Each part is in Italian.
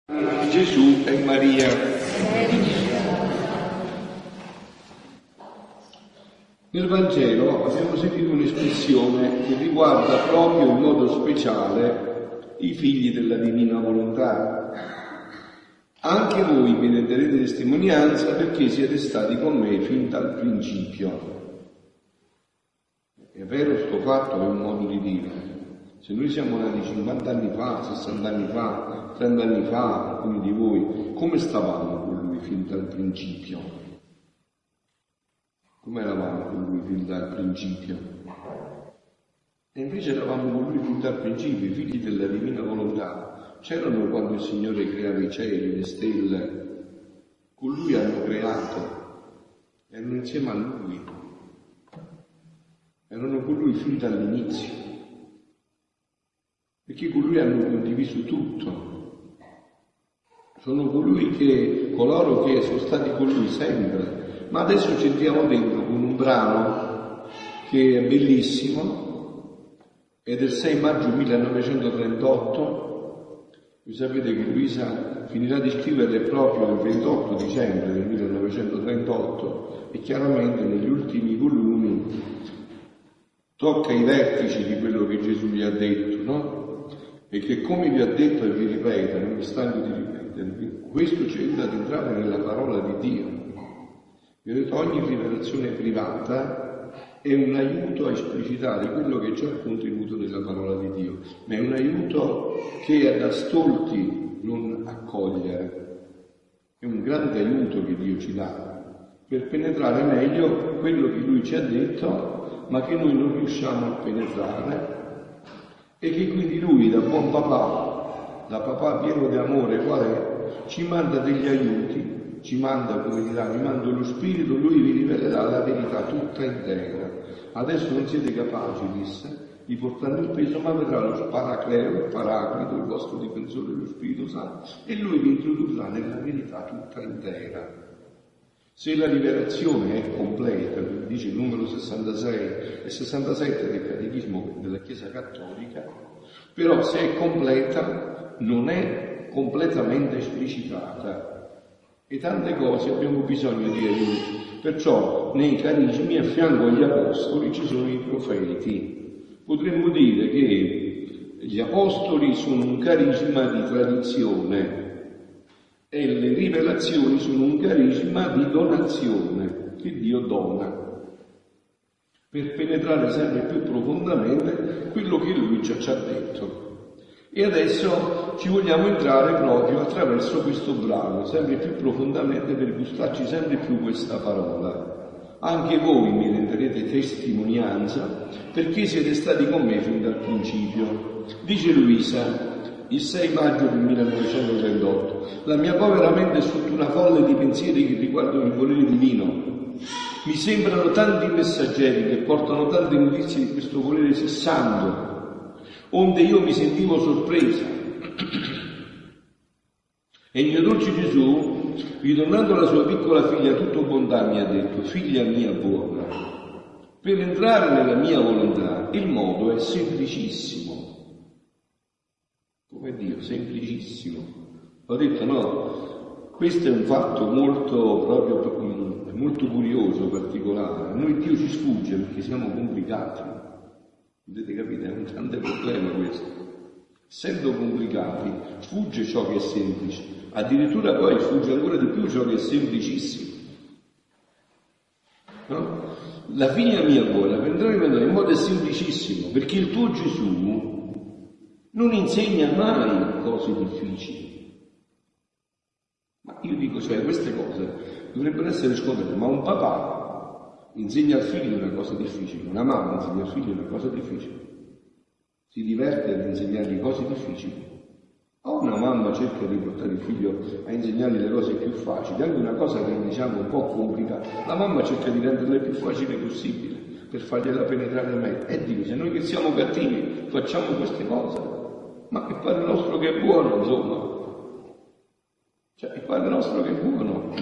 Gesù e Maria. Nel Vangelo abbiamo sentito un'espressione che riguarda proprio in modo speciale i figli della divina volontà. Anche voi mi renderete testimonianza perché siete stati con me fin dal principio. È vero, sto fatto è un modo di dire. Se noi siamo nati 50 anni fa, 60 anni fa, 30 anni fa, alcuni di voi, come stavamo con lui fin dal principio? Come eravamo con lui fin dal principio? E invece eravamo con lui fin dal principio, i figli della divina volontà. C'erano quando il Signore creava i cieli, le stelle, con lui hanno creato, erano insieme a lui, erano con lui fin dall'inizio. Perché con lui hanno condiviso tutto, sono coloro che sono stati con lui sempre. Ma adesso ci entriamo dentro con un brano che è bellissimo, è del 6 maggio 1938, voi sapete che Luisa finirà di scriverle proprio il 28 dicembre del 1938 e chiaramente negli ultimi volumi tocca i vertici di quello che Gesù gli ha detto, no? E che come vi ha detto e vi ripeto, non mi stanco di ripetervi, questo ci aiuta ad entrare nella parola di Dio. Vi ho detto, ogni rivelazione privata è un aiuto a esplicitare quello che c'è contenuto nella parola di Dio, ma è un aiuto che è da stolti non accogliere. È un grande aiuto che Dio ci dà per penetrare meglio quello che Lui ci ha detto, ma che noi non riusciamo a penetrare. E che quindi lui, da buon papà, da papà pieno di amore, quale ci manda degli aiuti, ci manda, come dirà, vi mando lo Spirito, lui vi rivelerà la verità tutta intera. Adesso non siete capaci, disse, di portare il peso, ma verrà lo Paracleo, il Paraclito, il vostro difensore, lo Spirito Santo, e lui vi introdurrà nella verità tutta intera. Se la rivelazione è completa, come dice il numero 66 e 67 del Catechismo della Chiesa Cattolica, però se è completa non è completamente esplicitata e tante cose abbiamo bisogno di aiuto. Perciò nei carismi a fianco agli apostoli ci sono i profeti. Potremmo dire che gli apostoli sono un carisma di tradizione e le rivelazioni sono un carisma di donazione che Dio dona per penetrare sempre più profondamente quello che Lui ci ha detto. E adesso ci vogliamo entrare proprio attraverso questo brano, sempre più profondamente, per gustarci sempre più questa parola. Anche voi mi renderete testimonianza perché siete stati con me fin dal principio. Dice Luisa, il 6 maggio del 1938, la mia povera mente è sotto una folle di pensieri che riguardano il volere divino. Mi sembrano tanti messaggeri che portano tante notizie di questo volere sessando, onde io mi sentivo sorpresa. E il mio dolce Gesù, ritornando alla sua piccola figlia tutto bontà, mi ha detto, figlia mia buona, per entrare nella mia volontà il modo è semplicissimo. Come Dio, semplicissimo. Ho detto no, questo è un fatto molto curioso, particolare. A noi Dio ci sfugge perché siamo complicati. Potete capire, è un grande problema questo. Essendo complicati, sfugge ciò che è semplice. Addirittura poi sfugge ancora di più ciò che è semplicissimo. No? La figlia mia buona, per entrare in modo è semplicissimo, perché il tuo Gesù non insegna mai cose difficili. Ma io dico, cioè, queste cose dovrebbero essere scoperte, ma un papà insegna al figlio una cosa difficile, una mamma insegna al figlio una cosa difficile, si diverte ad insegnargli cose difficili, o una mamma cerca di portare il figlio a insegnargli le cose più facili, anche una cosa che diciamo un po' complicata, la mamma cerca di renderle più facile possibile per fargliela penetrare meglio. E dico, se noi che siamo cattivi facciamo queste cose, ma è Padre nostro che è buono, insomma. Cioè, è Padre nostro che è buono.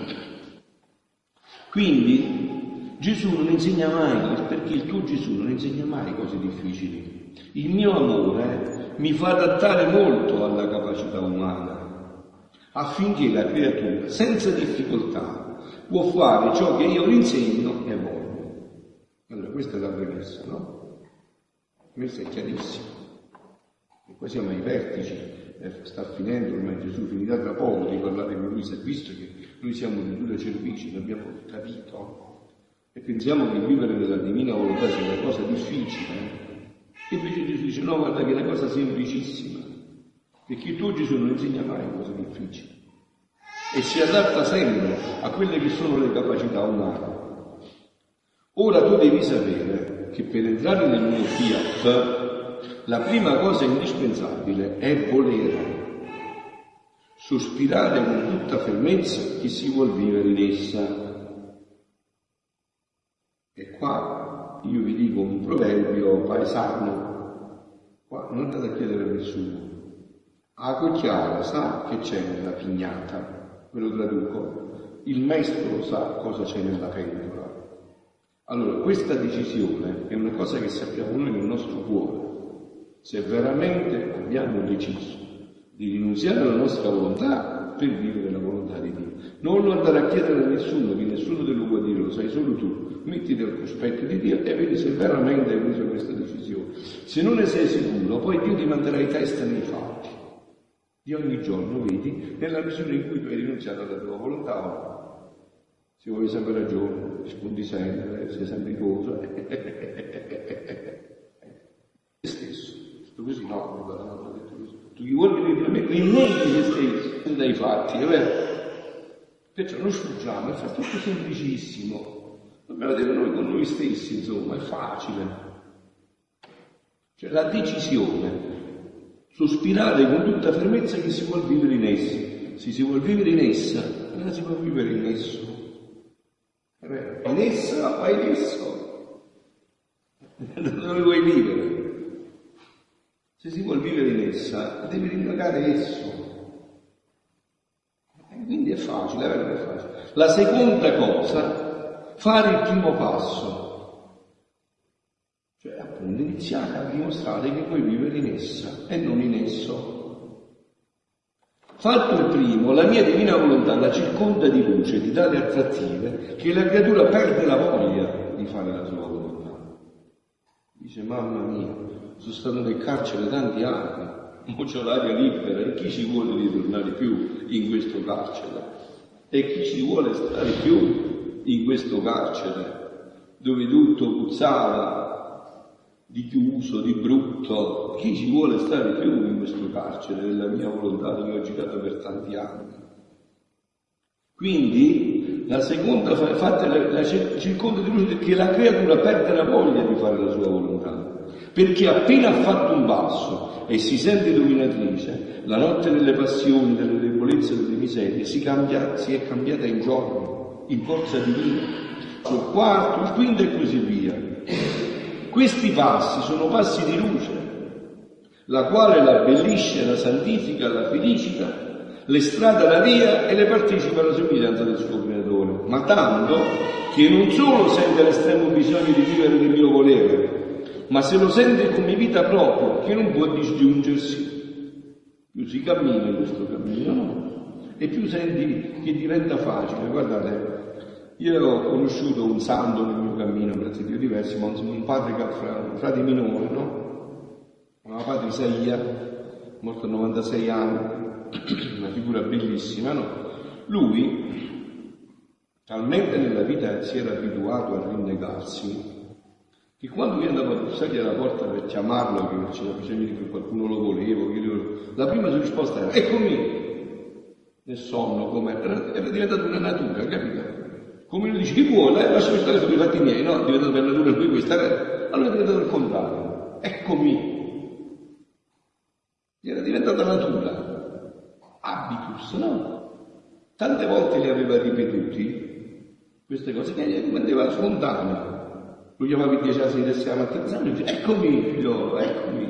Quindi Gesù non insegna mai, perché il tuo Gesù non insegna mai cose difficili. Il mio amore mi fa adattare molto alla capacità umana. affinché la creatura, senza difficoltà, può fare ciò che io le insegno e voglio. Allora, questa è la premessa, no? La premessa è chiarissima. E poi siamo ai vertici, sta finendo, ormai Gesù finirà tra poco di parlare con lui, si è visto che noi siamo di dure cervici, l'abbiamo capito, e pensiamo che vivere nella divina volontà sia una cosa difficile, e invece Gesù dice no, guarda che è una cosa semplicissima, perché tu Gesù non insegna mai cose difficili e si adatta sempre a quelle che sono le capacità umane. Ora tu devi sapere che per entrare nel mio fiat la prima cosa indispensabile è volere, sospirare con tutta fermezza che si vuol vivere in essa. E qua io vi dico un proverbio paesano, qua non andate a chiedere a nessuno. Acqua chiara sa che c'è nella pignata, ve lo traduco, il maestro sa cosa c'è nella pentola. Allora, questa decisione è una cosa che sappiamo noi nel nostro cuore. Se veramente abbiamo deciso di rinunziare alla nostra volontà per vivere la volontà di Dio, non lo andare a chiedere a nessuno, che nessuno te lo può dire, lo sai solo tu. Mettiti al cospetto di Dio e vedi se veramente hai preso questa decisione. Se non ne sei sicuro, poi Dio ti manderà i test nei fatti di ogni giorno, vedi, nella misura in cui tu hai rinunziato alla tua volontà o no. Se vuoi sempre ragione, rispondi sempre, sei sempre cosa. Te stesso. Questo così no, non ho detto così. Tu chi vuoi veramente rinneghi te stesso dai fatti, è vero? Perciò non sfuggiamo, è tutto semplicissimo. Dobbiamo dire noi con noi stessi, insomma, è facile. Cioè la decisione, sospirare con tutta fermezza che si vuol vivere in essa. Se si vuol vivere in essa, allora si può vivere in esso. È vero? In essa o in esso? Dove vuoi vivere? Se si vuol vivere in essa, devi rinnegare esso. E quindi è facile, è vero che è facile. La seconda cosa, fare il primo passo. Cioè, appunto, iniziare a dimostrare che puoi vivere in essa e non in esso. Fatto il primo, la mia divina volontà la circonda di luce, di tale attrattive, che la creatura perde la voglia di fare la sua volontà. Dice, mamma mia, sono stato nel carcere tanti anni, mo c'ho l'aria libera, e chi ci vuole ritornare più in questo carcere? E chi ci vuole stare più in questo carcere, dove tutto puzzava di chiuso, di brutto? Chi ci vuole stare più in questo carcere della mia volontà dove ho girato per tanti anni? Quindi la seconda fatta la circonda di luce che la creatura perde la voglia di fare la sua volontà, perché appena ha fatto un passo e si sente dominatrice, la notte delle passioni, delle debolezze, delle miserie si è cambiata in giorno, in forza divina, sul quarto, il quinto e così via. Questi passi sono passi di luce, la quale la abbellisce, la santifica, la felicita, le strada la via e le partecipa alla somiglianza del suo creatore, ma tanto che non solo sente l'estremo bisogno di vivere nel mio volere, ma se lo sente come vita propria, che non può disgiungersi. Più si cammina in questo cammino, no? E più senti che diventa facile. Guardate, io ho conosciuto un santo nel mio cammino, grazie a Dio diversi, ma un padre che ha un frate minore, no? Un padre Isaia, morto a 96 anni, una figura bellissima, no? Lui, talmente nella vita si era abituato a rinnegarsi, che quando io andavo a bussargli alla porta per chiamarlo, che c'era bisogno di che qualcuno lo voleva, la prima sua risposta era eccomi, nel sonno, come era diventato una natura, capito? Come lui dice, chi vuole? Lasciami stare sui fatti miei, no? È diventato per natura lui questa, allora è diventato il contrario, eccomi. Era diventata natura, habitus, no? Tante volte le aveva ripetuti queste cose che gli rendeva spontaneo. Lo chiamava il 10 alla sera mattina e dice eccomi figliolo, eccomi.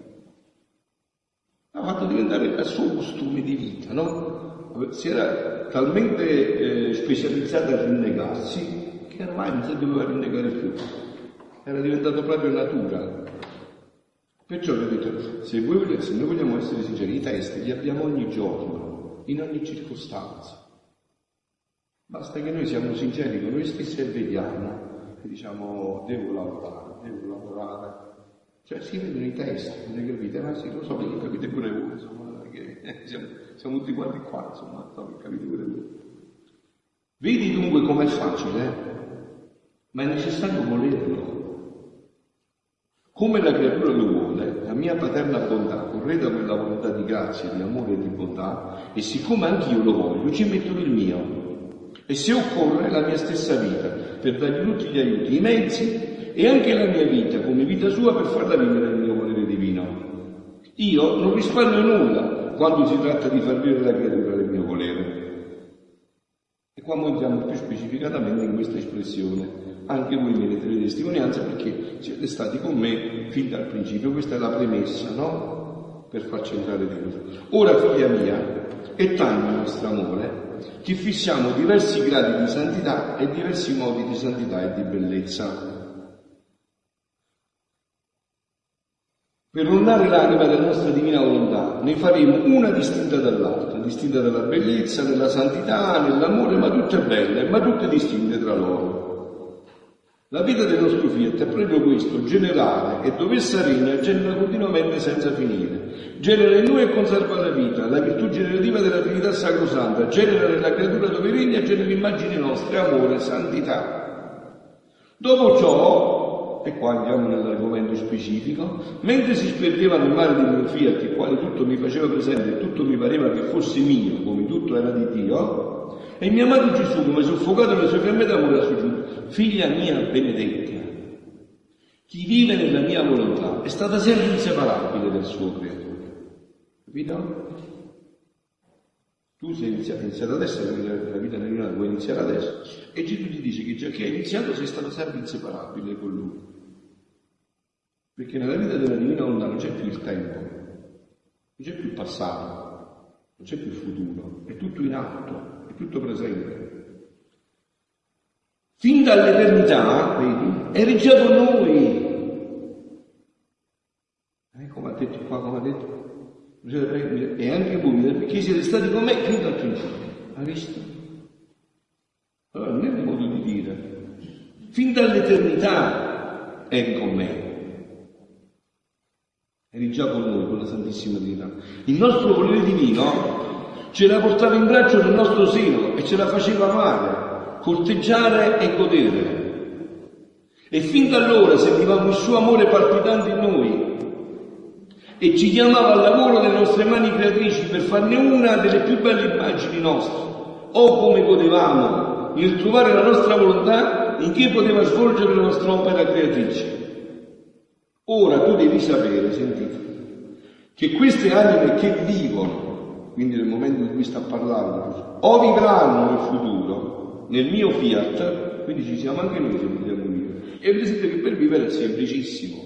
Ha fatto diventare il suo costume di vita, no? Si era talmente specializzata a rinnegarsi che ormai non si doveva rinnegare più. Era diventato proprio natura. Perciò vi ho detto, se noi vogliamo essere sinceri, i test li abbiamo ogni giorno. in ogni circostanza. Basta che noi siamo sinceri con noi stessi e vediamo, e diciamo devo lavorare. Cioè si vedono i testi, avete capito? Ma sì, lo so che capite pure voi, insomma, perché siamo tutti quanti qua, insomma, so che capite pure voi. Vedi dunque com'è facile, ma è necessario volerlo. Come la creatura lo vuole, la mia paterna bontà correda quella volontà di grazia, di amore e di bontà, e siccome anch'io lo voglio, ci metto il mio. E se occorre la mia stessa vita, per dargli tutti gli aiuti, i mezzi, e anche la mia vita, come vita sua, per farla vivere nel mio volere divino. Io non risparmio nulla quando si tratta di far vivere la creatura nel mio volere. E qua noi entriamo più specificatamente in questa espressione. Anche voi mi rendete testimonianza perché siete stati con me fin dal principio. Questa è la premessa, no? Per farci entrare dentro. Ora, figlia mia, è tanto il nostro amore che fissiamo diversi gradi di santità e diversi modi di santità e di bellezza. Per ornare l'anima della nostra divina volontà, ne faremo una distinta dall'altra, distinta dalla bellezza, nella santità, nell'amore, ma tutte belle, ma tutte distinte tra loro. La vita del nostro Fiat è proprio questo, generare, e dove essa regna, genera continuamente senza finire. Genera in noi e conserva la vita, la virtù generativa della Trinità Sacrosanta, genera nella creatura dove regna, genera immagini nostre, amore, santità. Dopo ciò, e qua andiamo nell'argomento specifico, mentre si sperdeva nel mare di mio Fiat, il quale tutto mi faceva presente e tutto mi pareva che fosse mio, come tutto era di Dio, e mio amato Gesù, come soffocato nelle sue fiamme d'amore, ha soggiunto: figlia mia benedetta, chi vive nella mia volontà è stata sempre inseparabile del suo creatore. Capito? Tu sei iniziato adesso la vita nell'una, vuoi iniziare adesso? E Gesù ti dice che già che hai iniziato sei stato sempre inseparabile con lui. Perché nella vita della divina volontà non c'è più il tempo, non c'è più il passato, non c'è più il futuro, è tutto in atto, è tutto presente. Fin dall'eternità, vedi, è già con noi. Come ha detto qua, come ha detto, e anche voi, perché siete stati con me fin dal principio. Hai visto? Allora non è un modo di dire. Fin dall'eternità eri con me. Eri già con noi, con la Santissima Trinità. Il nostro volere divino ce la portava in braccio nel nostro seno e ce la faceva amare, corteggiare e godere. E fin da allora sentivamo il suo amore palpitante in noi e ci chiamava al lavoro delle nostre mani creatrici per farne una delle più belle immagini nostre. Oh, come godevamo nel trovare la nostra volontà in che poteva svolgere la nostra opera creatrice. Ora tu devi sapere, sentite, che queste anime che vivono, quindi nel momento in cui sta parlando, o vivranno nel futuro, nel mio Fiat, quindi ci siamo anche noi se vogliamo vivere. E vedete che per vivere è semplicissimo.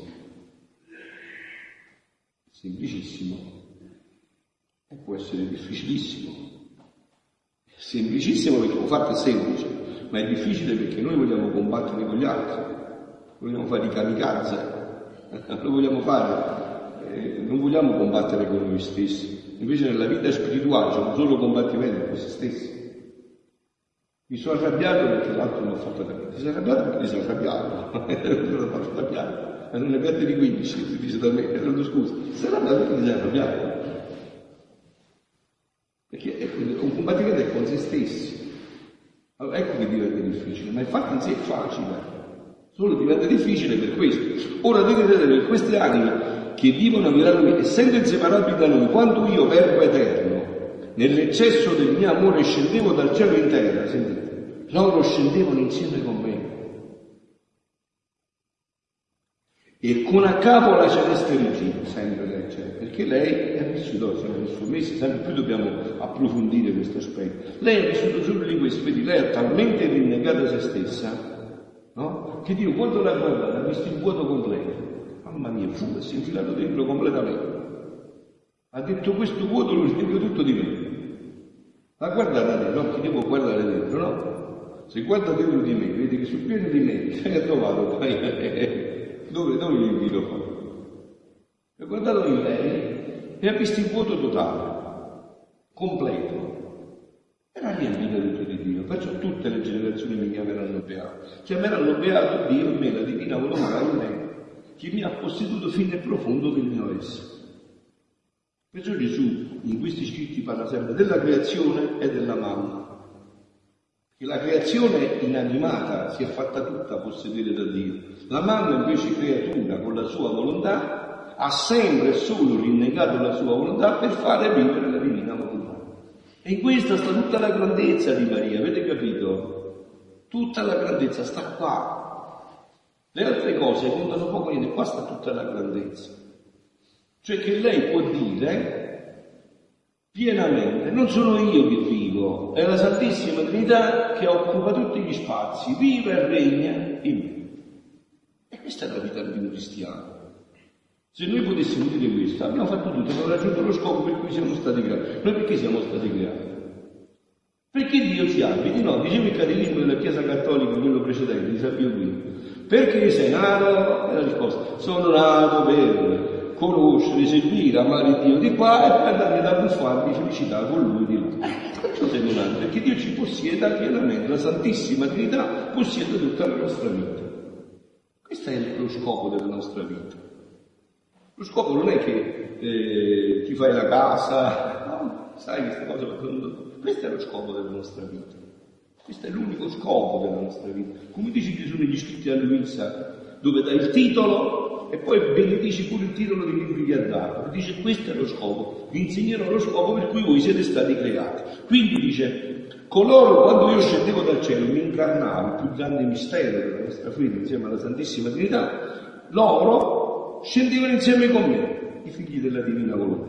Semplicissimo. E può essere difficilissimo. È semplicissimo perché lo fatto è semplice, ma è difficile perché noi vogliamo combattere con gli altri, vogliamo fare i kamikaze, lo vogliamo fare, non vogliamo combattere con noi stessi. Invece nella vita spirituale c'è un solo combattimento con se stessi. Mi sono arrabbiato perché l'altro mi ha fatto arrabbiare. Ti sei arrabbiato perché ti sei arrabbiato. Non l'ho fatto arrabbiare. Ma non ne perde di 15, ti dice da me, e non scusa. Ti sei arrabbiato perché ti sei arrabbiato. Perché è un combattimento è con se stessi. Allora, ecco che diventa difficile, ma infatti in sé è facile. Solo diventa difficile per questo. Ora dovete vedere che queste anime che vivono a me, essendo inseparabili da noi, quando io, Verbo eterno, nell'eccesso del mio amore scendevo dal cielo in terra, sentite, loro scendevano insieme con me. E con a capo la celeste regina, sempre lei c'è, perché lei ha vissuto, siamo nel suo mese, sempre più dobbiamo approfondire questo aspetto. Lei ha vissuto solo di questo, vedi, lei ha talmente rinnegata se stessa, no? Che Dio quando l'ha guardata ha visto il vuoto completo. Mamma mia, fu, si è infilato dentro completamente. Ha detto questo vuoto lo riempio tutto di me. Ma guardate negli occhi, devo guardare dentro, no? Se guarda dentro di me, vedi che sul piede di me che hai trovato poi dove li invito? E guardato in lei e ha visto il vuoto totale. completo, era riempito tutto di Dio. Perciò tutte le generazioni mi chiameranno beato. Chiameranno beato Dio in me, la divina volontà in me, che mi ha posseduto fino al profondo del mio essere. Perciò Gesù in questi scritti parla sempre della creazione e della mamma. Che la creazione inanimata si è fatta tutta possedere da Dio. La mamma invece creatura con la sua volontà ha sempre e solo rinnegato la sua volontà per fare vivere la divina volontà. E in questa sta tutta la grandezza di Maria, avete capito? Tutta la grandezza sta qua. Le altre cose contano poco niente, qua sta tutta la grandezza. Cioè che lei può dire pienamente, non sono io che vivo, è la Santissima Trinità che occupa tutti gli spazi, vive e regna in me. E questa è la vita del cristiano. Se noi potessimo dire questo, abbiamo fatto tutto, abbiamo raggiunto lo scopo per cui siamo stati creati. Noi perché siamo stati creati? Perché Dio ci abiti? No, diceva il catechismo della Chiesa Cattolica, quello precedente, di San Pio V. Perché sei nato? E la risposta, sono nato per conoscere, seguire, amare Dio di qua e poi andare da buffare di felicità con Lui di là. Questo sei nato, perché Dio ci possieda pienamente, la Santissima Trinità possiede tutta la nostra vita. Questo è lo scopo della nostra vita. Lo scopo non è che ti fai la casa, no, sai questa cosa, questo è lo scopo della nostra vita. Questo è l'unico scopo della nostra vita. Come dice Gesù negli scritti a Luisa, dove dà il titolo e poi benedice pure il titolo di chi gli ha dato. Dice questo è lo scopo, vi insegnerò lo scopo per cui voi siete stati creati. Quindi dice, coloro quando io scendevo dal cielo mi incarnavo, il più grande mistero della nostra fede insieme alla Santissima Trinità, loro scendevano insieme con me, i figli della divina volontà.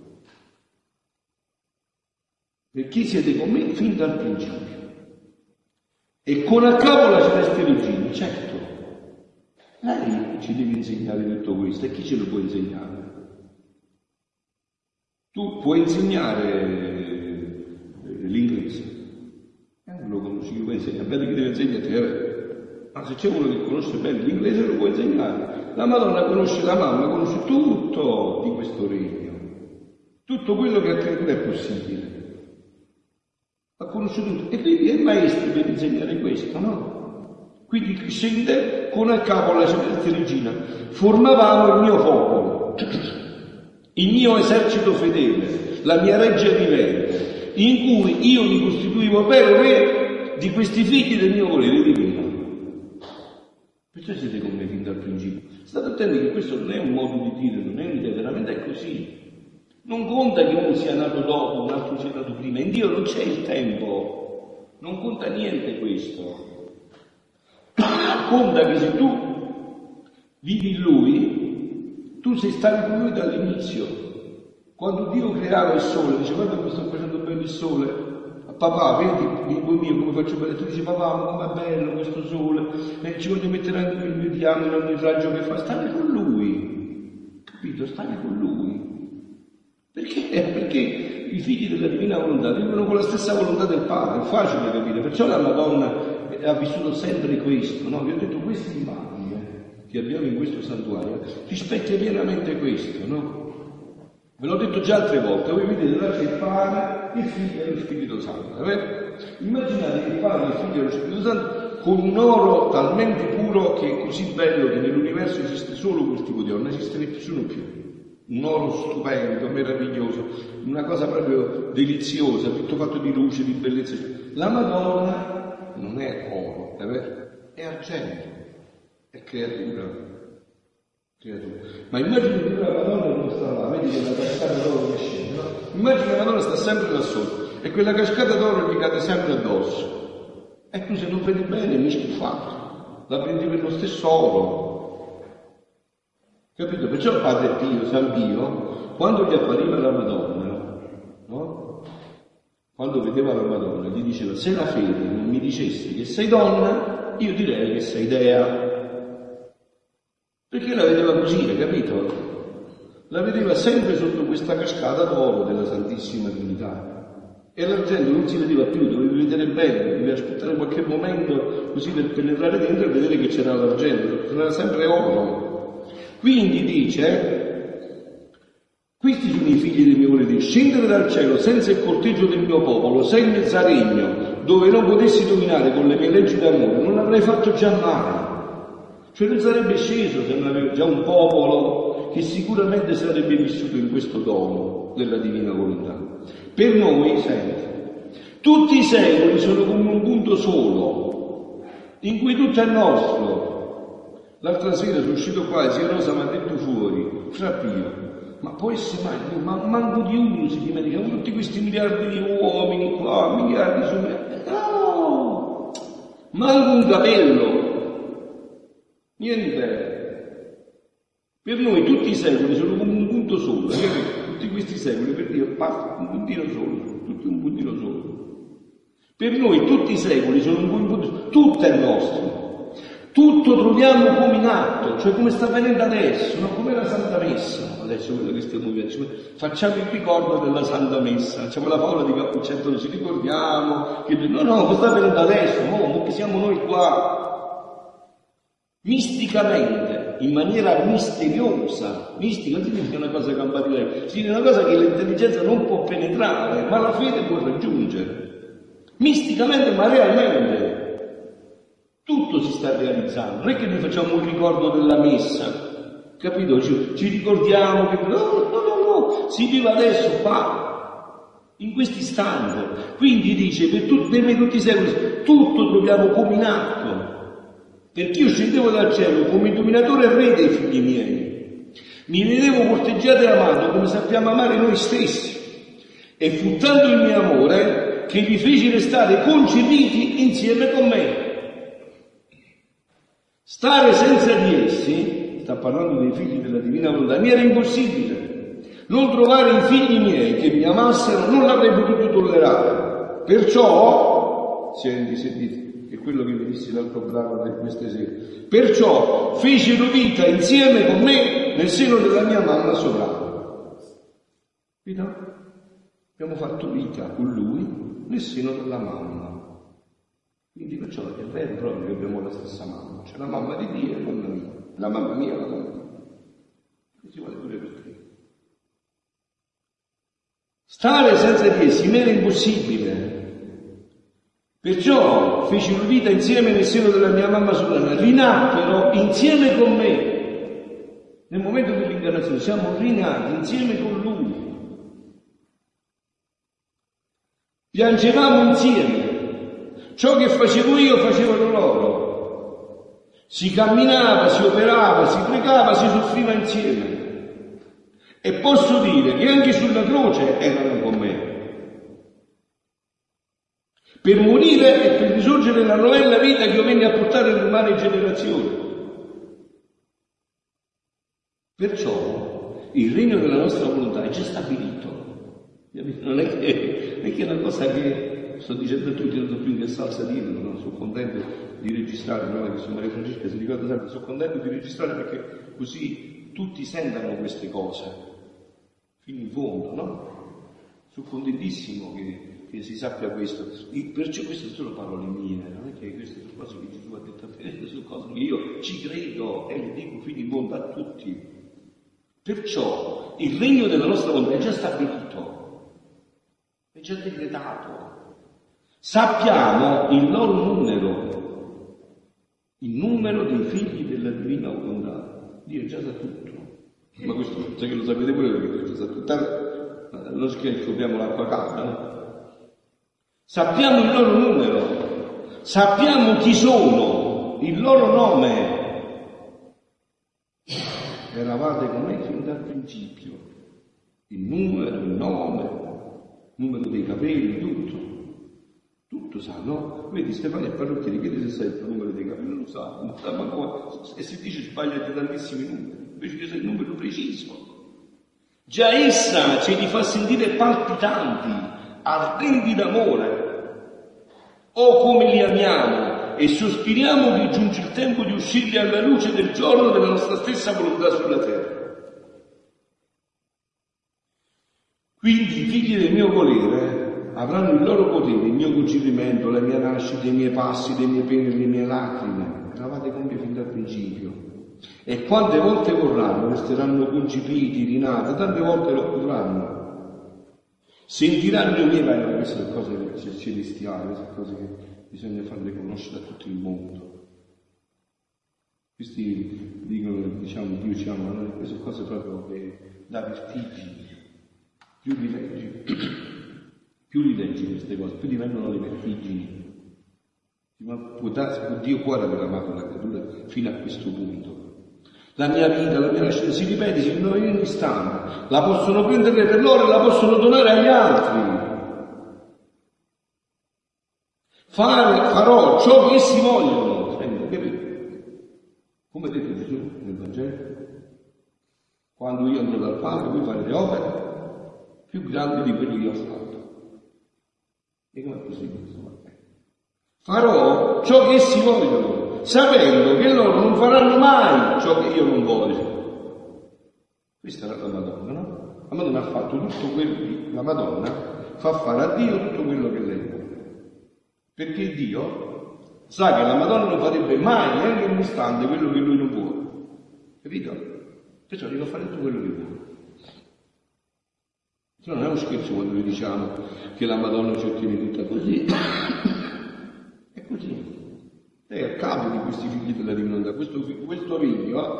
Perché siete con me fin dal principio. E con a capo la celeste regina, certo. Lei ci deve insegnare tutto questo, e chi ce lo può insegnare? Tu puoi insegnare l'inglese, non lo conosci, chi può insegnare? Bene, chi deve insegnare? Ma se c'è uno che conosce bene l'inglese lo può insegnare. La Madonna conosce la mamma, conosce tutto di questo regno, tutto quello che a creatura è possibile. Ha conosciuto tutto, e quindi è il maestro per insegnare questo, no? Quindi scende con a capo la celeste regina. Formavamo il mio popolo, il mio esercito fedele, la mia reggia vivente, in cui io mi costituivo vero re di questi figli del mio volere divino. Perciò siete con me fin dal principio. State attenti che questo non è un modo di dire, non è un'idea, veramente è così. Non conta che uno sia nato dopo, un altro sia nato prima. In Dio non c'è il tempo, non conta niente questo. Conta che se tu vivi in Lui, tu sei stato con Lui dall'inizio. Quando Dio creava il sole, dice guarda come sto facendo bene il sole, papà vedi il mio come faccio bene, tu dici papà ma com'è bello questo sole, e ci voglio mettere anche il mio diametro, il raggio che fa, stai con Lui, capito? Stai con Lui. Perché? Perché i figli della divina volontà vivono con la stessa volontà del Padre, è facile capire, perciò la Madonna ha vissuto sempre questo, no? Vi ho detto questi immagini che abbiamo in questo santuario rispecchia pienamente questo, no? Ve l'ho detto già altre volte, voi vedete là c'è il Padre, il Figlio e lo Spirito Santo, immaginate che il Padre, il Figlio e lo Spirito Santo con un oro talmente puro che è così bello che nell'universo esiste solo quel tipo di oro, non esiste nessuno più. Un oro stupendo, meraviglioso, una cosa proprio deliziosa, tutto fatto di luce, di bellezza. La Madonna non è oro, è vero? È argento, è creatura. Ma immagini che la Madonna non sta là, vedi che la cascata d'oro che scende, no? Immagini che la Madonna sta sempre là sotto e quella cascata d'oro gli cade sempre addosso. E tu se non vedi bene mi schifato, la prendi per lo stesso oro. Capito? Perciò il Padre Pio, San Pio, quando gli appariva la Madonna, no? Quando vedeva la Madonna, gli diceva, se la fede non mi dicesse che sei donna, io direi che sei dea. Perché la vedeva così, hai capito? La vedeva sempre sotto questa cascata d'oro della Santissima Trinità. E l'argento non si vedeva più, dovevi vedere bene, dovevi aspettare qualche momento così per penetrare dentro e vedere che c'era l'argento, era sempre oro. Quindi dice, questi sono i figli del mio volere io, scendere dal cielo senza il corteggio del mio popolo, senza regno, dove non potessi dominare con le mie leggi d'amore, non l'avrei fatto già mai. Cioè non sarebbe sceso se non avevo già un popolo che sicuramente sarebbe vissuto in questo dono della divina volontà. Per noi, senti, tutti i secoli sono come un punto solo, in cui tutto è nostro. L'altra sera sono uscito qua e zia Rosa mi ha detto fuori, fra Pio, ma può essere mai, ma manco di uno si dimentica, tutti questi miliardi di uomini qua, miliardi su miliardi, no, manco un capello, niente. Per noi tutti i secoli sono come un punto solo, tutti questi secoli per Dio basta un puntino solo, tutti un puntino solo. Per noi tutti i secoli sono un punto solo, tutto è nostro. Tutto troviamo come in atto, cioè come sta avvenendo adesso, no? Come la Santa Messa, adesso quello che stiamo vivendo, facciamo il ricordo della Santa Messa, facciamo la favola di Cappuccetto, ci ricordiamo, che no, sta avvenendo adesso, no, che siamo noi qua, misticamente, in maniera misteriosa, mistica non significa una cosa campata di lei, significa una cosa che l'intelligenza non può penetrare, ma la fede può raggiungere, misticamente ma realmente. Tutto si sta realizzando, non è che noi facciamo un ricordo della messa, capito? Ci ricordiamo che no, si vive adesso qua, in questo istante. Quindi dice, per me tutti i secoli, tutto troviamo come in atto, perché io scendevo dal cielo come dominatore e re dei figli miei, mi vedevo corteggiato e amato come sappiamo amare noi stessi, e fu tanto il mio amore che li feci restare concepiti insieme con me. Stare senza di essi, sta parlando dei figli della divina volontà, mi era impossibile. Non trovare i figli miei che mi amassero non l'avrei potuto tollerare. Perciò, sentite, è quello che vi dissi l'altro brano di queste sere, perciò fecero vita insieme con me nel seno della mia mamma sovrana. Abbiamo fatto vita con lui nel seno della mamma. Quindi perciò è vero proprio che abbiamo la stessa mamma, cioè la mamma di Dio e la mamma mia, la mamma mia e la mamma mia. Questo vale pure per te. Stare senza di essi mi era impossibile, perciò fecero vita insieme nel seno della mia mamma sovrana, rinacquero insieme con me. Nel momento dell'incarnazione siamo rinati insieme con lui. Piangevamo insieme. Ciò che facevo io facevano loro. Si camminava, si operava, si pregava, si soffriva insieme. E posso dire che anche sulla croce erano con me. Per morire e per risorgere la novella vita che io venni a portare alle umane generazioni. Perciò il regno della nostra volontà è già stabilito. Non è che è una cosa che sto dicendo a tutti, non so più in che salsa dirlo, non sono contento di registrare, no? Che su Maria Francesca si ricorda sempre, sono contento di registrare perché così tutti sentano queste cose fino in fondo, no? Sono contentissimo che si sappia questo. Perciò queste sono parole mie, non è che queste sono cose che Gesù ha detto a me, sono cose che io ci credo e le dico fino in fondo a tutti. Perciò il regno della nostra volontà è già stabilito, è già decretato. Sappiamo il loro numero, il numero dei figli della divina volontà. Dio già sa tutto. Ma questo, sai che lo sapete pure perché già sa tutto. Non scopriamo l'acqua calda, no? Sappiamo il loro numero, sappiamo chi sono, il loro nome. Eravate con me fin dal principio. Il numero, il nome, il numero dei capelli, tutto. Tutto sa, no? Vedi Stefania Parrucchieri, chiede se sai il numero dei capelli, non lo sa, e si dice sbagliate tantissimi numeri, invece che sai il numero preciso. Già essa ce li fa sentire palpitanti, ardenti d'amore. Oh, come li amiamo e sospiriamo che giunge il tempo di uscirli alla luce del giorno della nostra stessa volontà sulla terra. Quindi i figli del mio volere avranno il loro potere, il mio concepimento, la mia nascita, i miei passi, le mie pene, le mie lacrime. Eravate con me fin dal principio. E quante volte vorranno, resteranno concepiti, rinati, tante volte lo potranno. Sentiranno i miei pareri, queste sono cose celestiali, sono cose che bisogna farle conoscere a tutto il mondo. Questi dicono, diciamo, Dio ci ama, ma queste sono cose proprio che da vertigini. Più li leggi queste cose, più diventano le vertigini. Ma può Dio cuore aver amato la creatura fino a questo punto. La mia vita, la mia nascita si ripete in ogni istante, la possono prendere per loro e la possono donare agli altri. Farò ciò che essi vogliono. Come detto Gesù nel Vangelo, quando io andrò dal Padre, voi farete opere più grandi di quelle che io ho fatto. E come è possibile? Farò ciò che essi vogliono, sapendo che loro non faranno mai ciò che io non voglio. Questa era la Madonna, no? La Madonna ha fatto tutto quello, la Madonna fa fare a Dio tutto quello che lei vuole. Perché Dio sa che la Madonna non farebbe mai, neanche un istante, quello che lui non vuole. Capito? Perciò gli fa fare tutto quello che vuole. Se no non è uno scherzo quando noi diciamo che la Madonna ci ottiene tutta così. È così. Lei è a capo di questi figli della divinità. Questo regno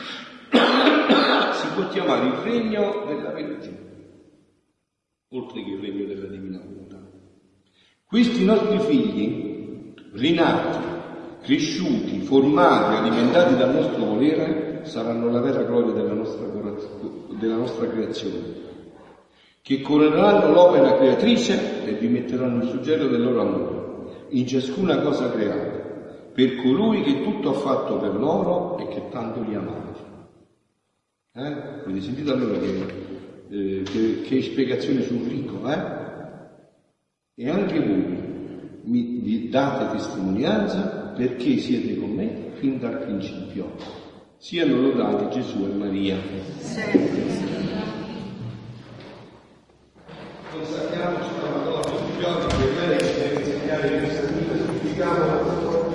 si può chiamare il regno della Vergine, oltre che il regno della divina volontà. Questi nostri figli, rinati, cresciuti, formati, alimentati dal nostro volere, saranno la vera gloria della nostra creazione, che coroneranno l'opera creatrice e vi metteranno il suggello del loro amore in ciascuna cosa creata, per colui che tutto ha fatto per loro e che tanto li amava. Avete sentito allora che spiegazione sul ricco, E anche voi mi date testimonianza perché siete con me fin dal principio. Siano lodati Gesù e Maria. Consacriamo questa Madonna tutti i giorni, per lei ci deve insegnare questa vita, significava